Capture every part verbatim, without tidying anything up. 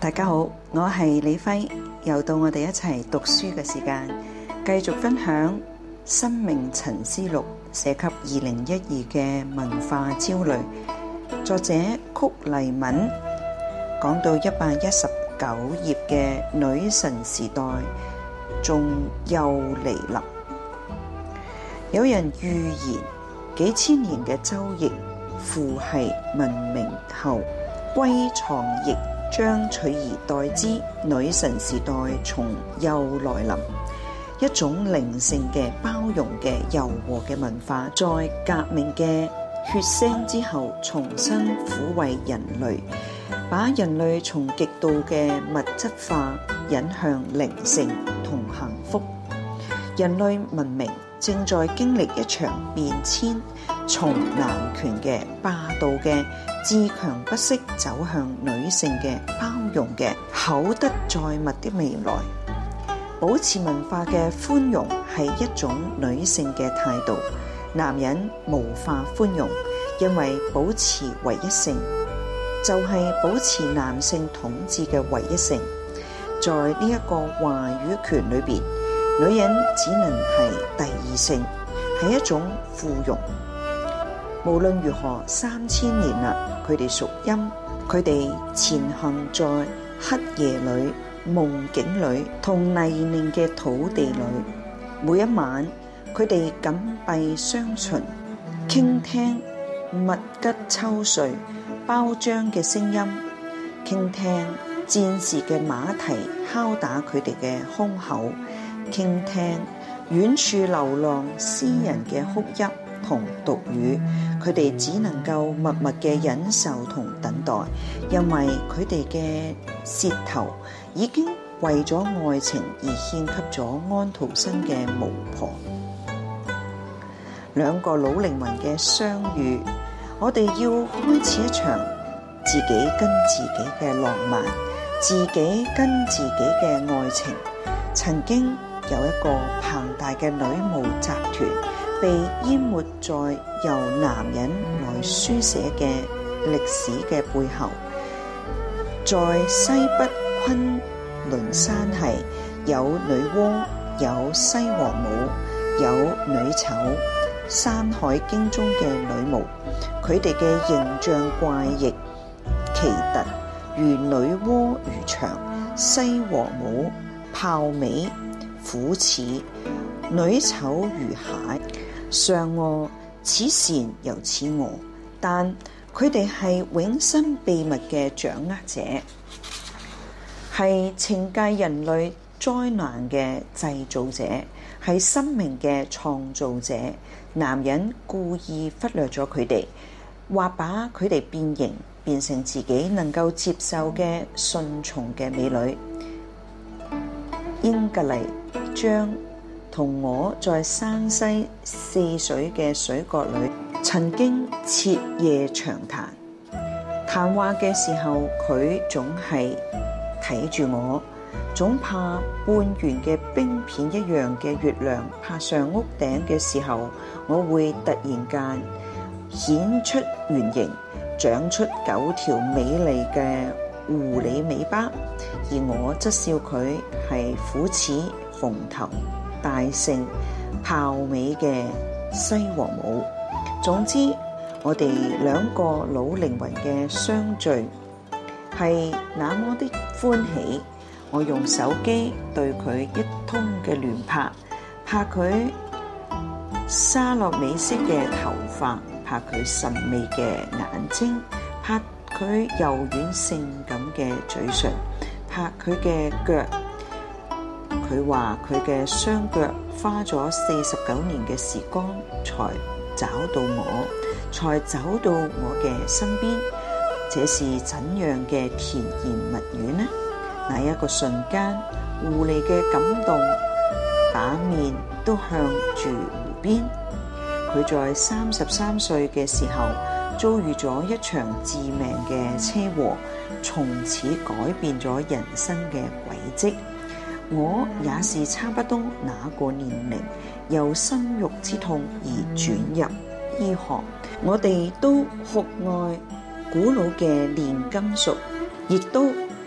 大家好，我係李輝，又到我哋一齊讀書嘅時間，繼續分享《生命沉思錄》寫給二零一二嘅文化焦慮，作者曲黎敏。講到一百一十九頁嘅女神時代仲又嚟臨，有人預言幾千年嘅周易父系文明後歸藏易將取而代之，女神時代從又來臨，一種靈性嘅包容嘅柔和嘅文化，在革命嘅血腥之後重新撫慰人類，把人類從極度嘅物質化引向靈性同幸福。人類文明正在經歷一場變遷，從男權嘅霸道嘅自強不息走向女性嘅包容嘅厚德載物的未來。保持文化嘅寬容係一種女性嘅態度，男人無法寬容，因為保持唯一性就係保持男性統治嘅唯一性。在呢一個話語權裏邊，女人只能係第二性，係一種附庸。無論如何，三千年啦，佢哋屬陰，佢哋前行在黑夜裏、夢境裏同泥濘嘅土地裏。每一晚，佢哋緊閉雙唇，傾聽麥吉秋穗包漿嘅聲音，傾聽戰士嘅馬蹄敲打佢哋嘅胸口，傾聽遠處流浪詩人嘅哭泣同獨語。佢哋只能夠默默嘅忍受同等待，因為佢哋嘅舌頭已經為咗愛情而獻給咗安徒生嘅巫婆。兩個老靈魂嘅相遇，我哋要開始一場自己跟自己嘅浪漫，自己跟自己嘅愛情。曾經有一個龐大嘅女巫集團被淹沒在由男人來書寫嘅歷史嘅背後，在西北昆崙山系有女媧，有西王母，有女丑。山海經中嘅女巫，佢哋嘅形象怪異奇特，如女媧如長，西王母豹尾虎齒，女丑如蟹，上顎似善又似惡，但佢哋係永生秘密嘅掌握者，係懲戒人類災難嘅製造者，係生命嘅創造者。男人故意忽略咗佢哋，或把佢哋變形，變成自己能夠接受嘅順從嘅美女。英格麗將同我在山西泗水嘅水閣裏曾經徹夜長談，談話嘅時候佢總係睇住我，總怕半圓嘅冰片一樣嘅月亮拍上屋頂嘅時候，我會突然間顯出原形，長出九條美麗嘅狐狸尾巴，而我則笑佢係虎齒鳳頭大聖豹尾嘅西王母。總之，我哋兩個老靈魂嘅相聚係那麼的歡喜。我用手機對佢一通嘅亂拍，拍佢沙洛美色嘅頭髮，拍佢神秘嘅眼睛，拍佢柔軟性感嘅嘴唇，拍佢嘅腳。佢話佢嘅雙腳花咗四十九年嘅時光才找到我，才走到我嘅身邊。這是怎樣嘅甜言蜜語呢？那一個瞬間，狐狸嘅感動把面都向住湖邊。佢在三十三歲嘅時候遭遇咗一場致命嘅車禍，從此改變咗人生嘅軌跡。我也是差不多那個年齡，由生育之痛而轉入醫學。我哋都酷愛古老嘅煉金術，亦都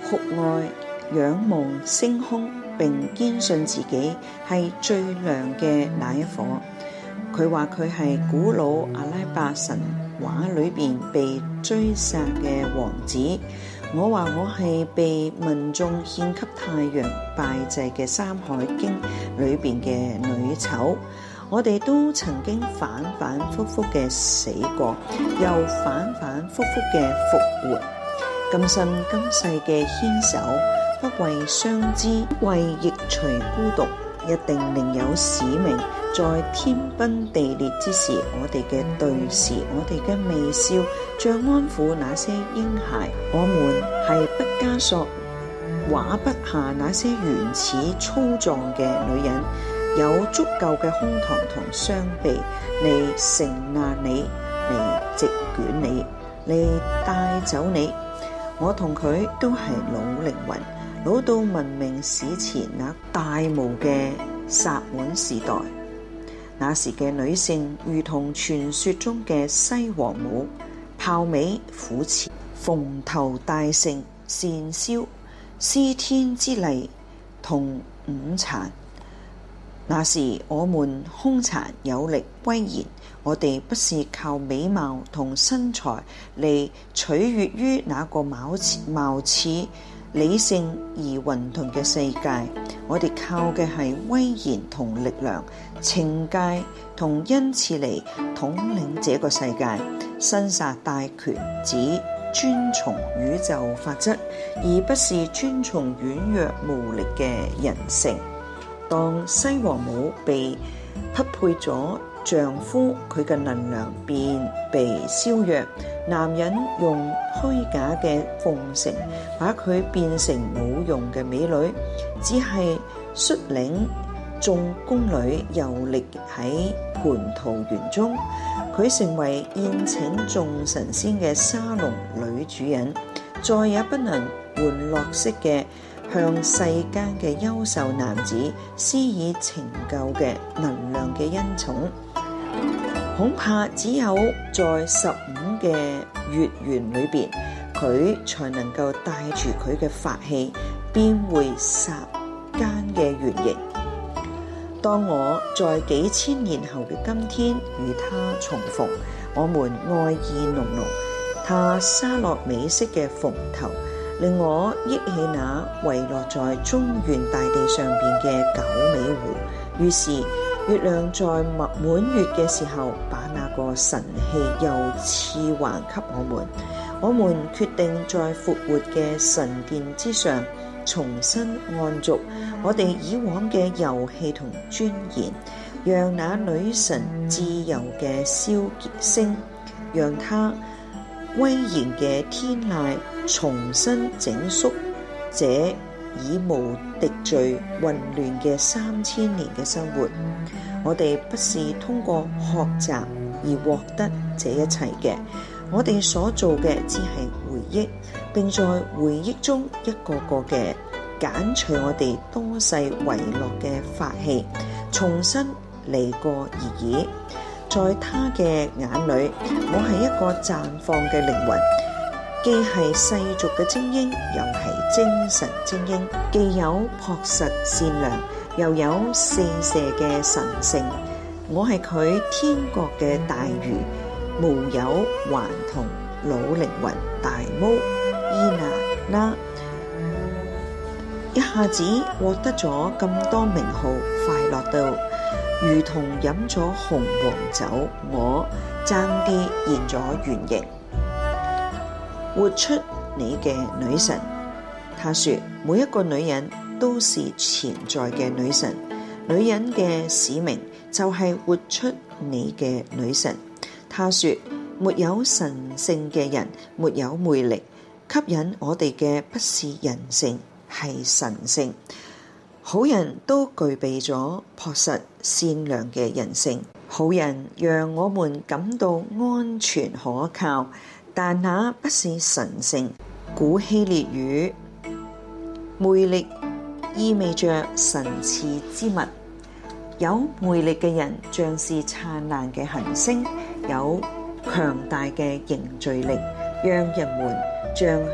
酷愛仰望星空，並堅信自己係最亮嘅那一顆。佢話佢係古老阿拉伯神話裏邊被追殺嘅王子，我話我係被民眾獻給太陽拜祭嘅《山海經》裏邊嘅女丑。我哋都曾經反反复复嘅死過，又反反复复嘅復活。今生今世嘅牽手，不為相知，為逆除孤獨，一定另有使命。在天崩地裂之時，我哋嘅對視，我哋嘅微笑，像安撫那些嬰孩。我們係畢加索畫不下那些原始粗壯嘅女人，有足夠嘅胸膛同雙臂嚟承壓你，嚟席捲你，嚟帶走你。我同佢都係老靈魂，老到文明史前那大霧嘅薩滿時代。那時嘅女性如同傳說中嘅西王母，豹尾虎臀，蓬頭大盛，善燒司天之麗同午殘。那時我們兇殘有力威嚴，我哋不是靠美貌同身材嚟取悅於那個貌似貌似理性而混沌嘅世界，我哋靠嘅係威嚴同力量、情戒同恩賜嚟統領這個世界。生殺大權只遵從宇宙法則，而不是遵從軟弱無力嘅人性。當西王母被匹配咗丈夫，佢嘅能量便被削弱。男人用虛假嘅奉承把佢變成冇用嘅美女，只係率領眾宮女遊歷喺蟠桃園中，佢成為宴請眾神仙嘅沙龍女主人，再也不能玩樂式嘅向世間嘅優秀男子施以情救嘅能量嘅恩寵。恐怕只有在十五嘅月圓裏邊，佢才能夠帶住佢嘅法器變回霎間嘅原形。當我在幾千年後嘅今天與他重逢，我們愛意濃濃，他沙洛美式嘅蓬頭令我憶起那遺落在中原大地上邊嘅九尾狐。於是月亮在滿月嘅時候，把那個神器又賜還給我們。我們決定在復活嘅神殿之上重新按續我哋以往嘅遊戲同尊嚴，讓那女神自由嘅簫聲，讓她威嚴嘅天籟重新整肅這以無敵罪混亂嘅三千年嘅生活。我哋不是通過學習而獲得這一切嘅，我哋所做嘅只係回憶，並在回憶中一個個嘅揀取我哋多世遺落嘅法器，重新嚟過而已。在他嘅眼裏，我係一個綻放嘅靈魂，既係世俗嘅精英，又係精神精英，既有樸實善良，又有四射嘅神性。我係佢天國嘅大魚，無有頑童老靈魂大毛伊娜啦，一下子獲得咗咁多名號，快樂到如同飲咗紅黃酒，我爭啲現咗原形。活出你嘅女神，他說每一個女人都是潛在嘅女神，女人嘅使命就係活出你嘅女神。他說沒有神性嘅人沒有魅力，吸引我哋嘅不是人性，係神性。好人都具備咗樸實善良嘅人性，好人讓我們感到安全可靠，但那不是神性。古希臘語魅力意味着神賜之物，有魅力嘅人像是燦爛嘅行星，有強大嘅凝聚力，讓人們像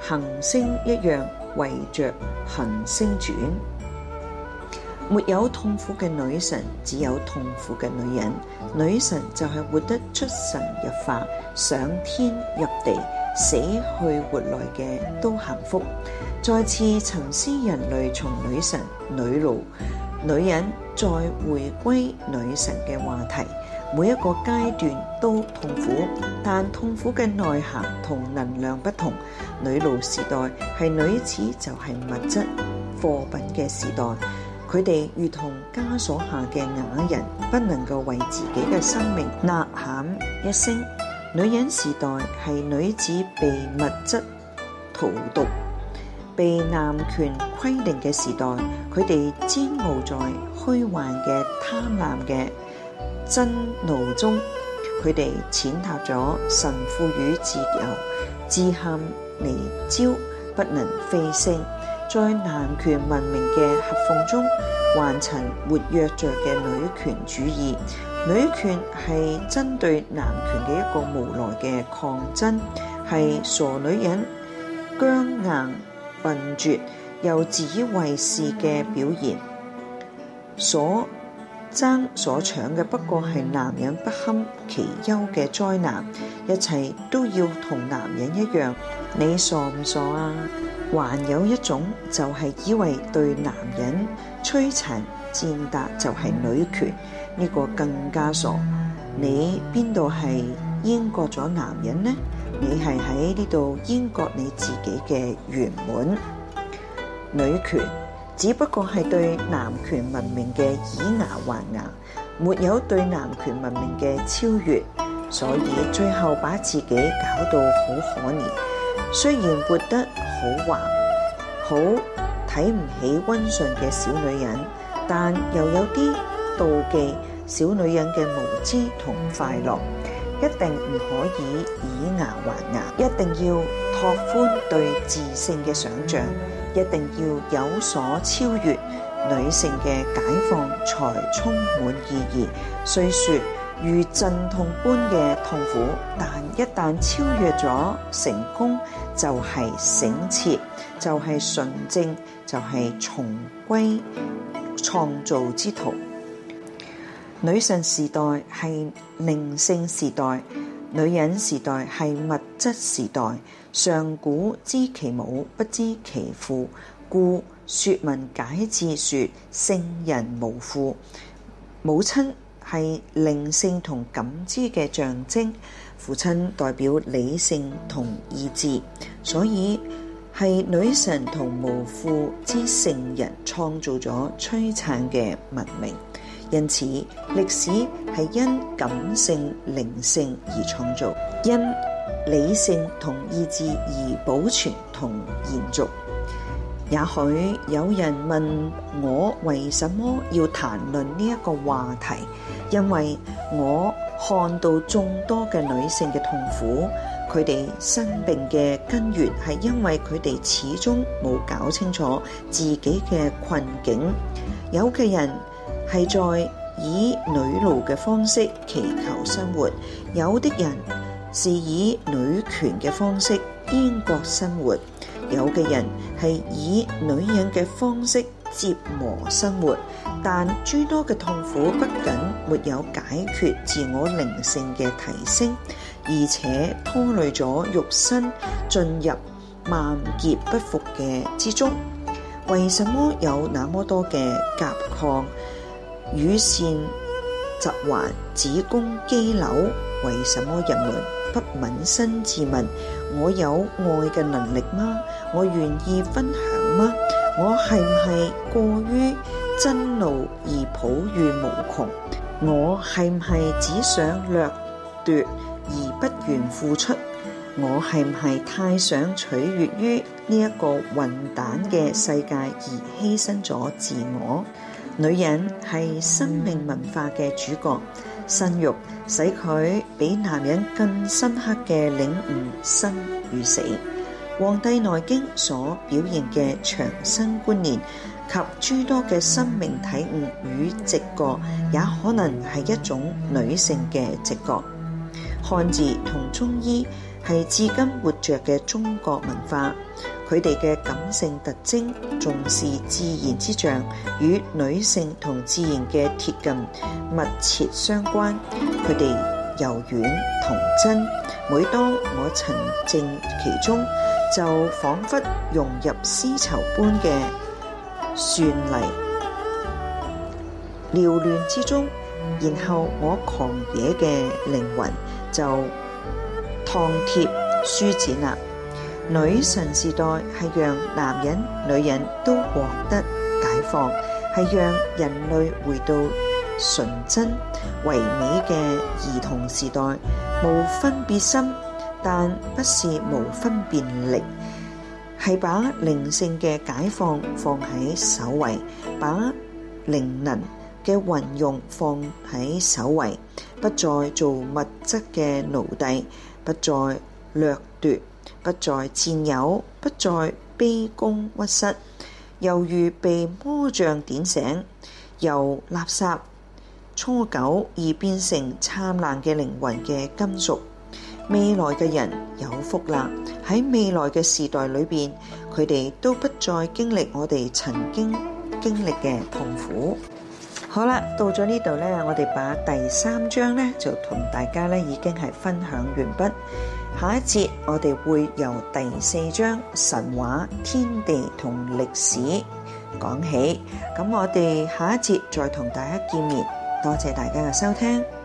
行星一樣圍着行星轉。沒有痛苦嘅女神，只有痛苦嘅女人。女神就係活得出神入化，上天入地，死去活來嘅都幸福。再次沉思人類從女神、女奴、女人再回歸女神嘅話題。每一個階段都痛苦，但痛苦嘅內涵同能量不同。女奴時代係女子就係物質貨品嘅時代，佢哋如同枷鎖下嘅啞人，不能夠為自己嘅生命吶喊一聲。女人時代係女子被物質荼毒、被男權規定嘅時代，佢哋煎熬在虛幻嘅貪婪嘅真怒中，佢哋踐踏咗神賦予自由，自陷泥沼，不能飛升。在男權文明嘅合縫中，還曾活躍着嘅女權主義。女權係針對男權嘅一個無奈嘅抗爭，係傻女人僵硬笨拙又自以為是嘅表現。所爭所搶嘅不過係男人不堪其憂嘅災難，一切都要同男人一樣。你傻唔傻啊？還有一種就係以為對男人摧殘踐踏就係女權，呢、這個更加傻。你邊度係閹割咗男人呢？你係喺呢度閹割你自己嘅圓滿。女權只不過係對男權文明嘅以牙還牙，沒有對男權文明嘅超越，所以最後把自己搞到好可憐。雖然活得好橫，好睇唔起溫順嘅小女人，但又有啲妒忌小女人嘅無知同快樂。一定唔可以以牙還牙，一定要拓寬對自性嘅想象，一定要有所超越。女性嘅解放才充滿意義。雖說如陣痛般嘅痛苦，但一旦超越咗，成功就係省切，就係純正，就係重歸創造之途。女神時代係靈性時代，女人時代係物質時代。上古知其母，不知其父，故說文解字說聖人無父。母親係靈性同感知嘅象徵，父親代表理性同意志，所以係女神同無父之聖人創造咗璀璨嘅文明。因此，歷史係因感性、靈性而創造，因理性同意志而保存同延續。也許有人問我為什麼要談論呢一個話題，因為我看到眾多嘅女性嘅痛苦，佢哋生病嘅根源係因為佢哋始終冇搞清楚自己嘅困境。有嘅人係在以女奴嘅方式祈求生活，有的人是以女權嘅方式閹割生活，有嘅人係以女人嘅方式折磨生活。但諸多嘅痛苦不僅沒有解決自我靈性嘅提升，而且拖累咗肉身進入萬劫不復嘅之中。為什麼有那麼多嘅甲亢、乳腺疾患、子宮肌瘤？為什麼人們不捫身自問：我有愛嘅能力嗎？我願意分享嗎？我係唔係過於憎怒而抱怨無窮？我係唔係只想掠奪而不願付出？我係唔係太想取悅於呢一個混蛋嘅世界而犧牲咗自我？女人係生命文化嘅主角，生育使佢比男人更深刻嘅領悟生與死。《黃帝內經》所表現嘅長生觀念及諸多嘅生命體悟與直覺，也可能係一種女性嘅直覺。漢字同中醫係至今活着嘅中國文化。佢哋嘅感性特徵，重視自然之象，與女性同自然嘅貼近密切相關。佢哋柔軟童真，每當我沉浸其中，就仿佛融入絲綢般嘅絢麗撩亂之中，然後我狂野嘅靈魂就熨貼舒展啦。女神時代係讓男人、女人都獲得解放，係讓人類回到純真唯美嘅兒童時代，無分別心，但不是無分辨力，係把靈性嘅解放放喺首位，把靈能嘅運用放喺首位，不再做物質嘅奴隸，不再掠奪，不再佔有，不再卑躬屈膝，猶如被魔杖點醒，由垃圾芻狗而變成燦爛嘅靈魂嘅金屬。未來嘅人有福啦！喺未來嘅時代裏邊，佢哋都不再經歷我哋曾經經歷嘅痛苦。好啦，到咗呢度呢，我哋把第三章呢就同大家呢已經係分享完畢。下一節我哋會由第四章神話、天地同歷史講起。咁我哋下一節再同大家見面。多謝大家嘅收聽。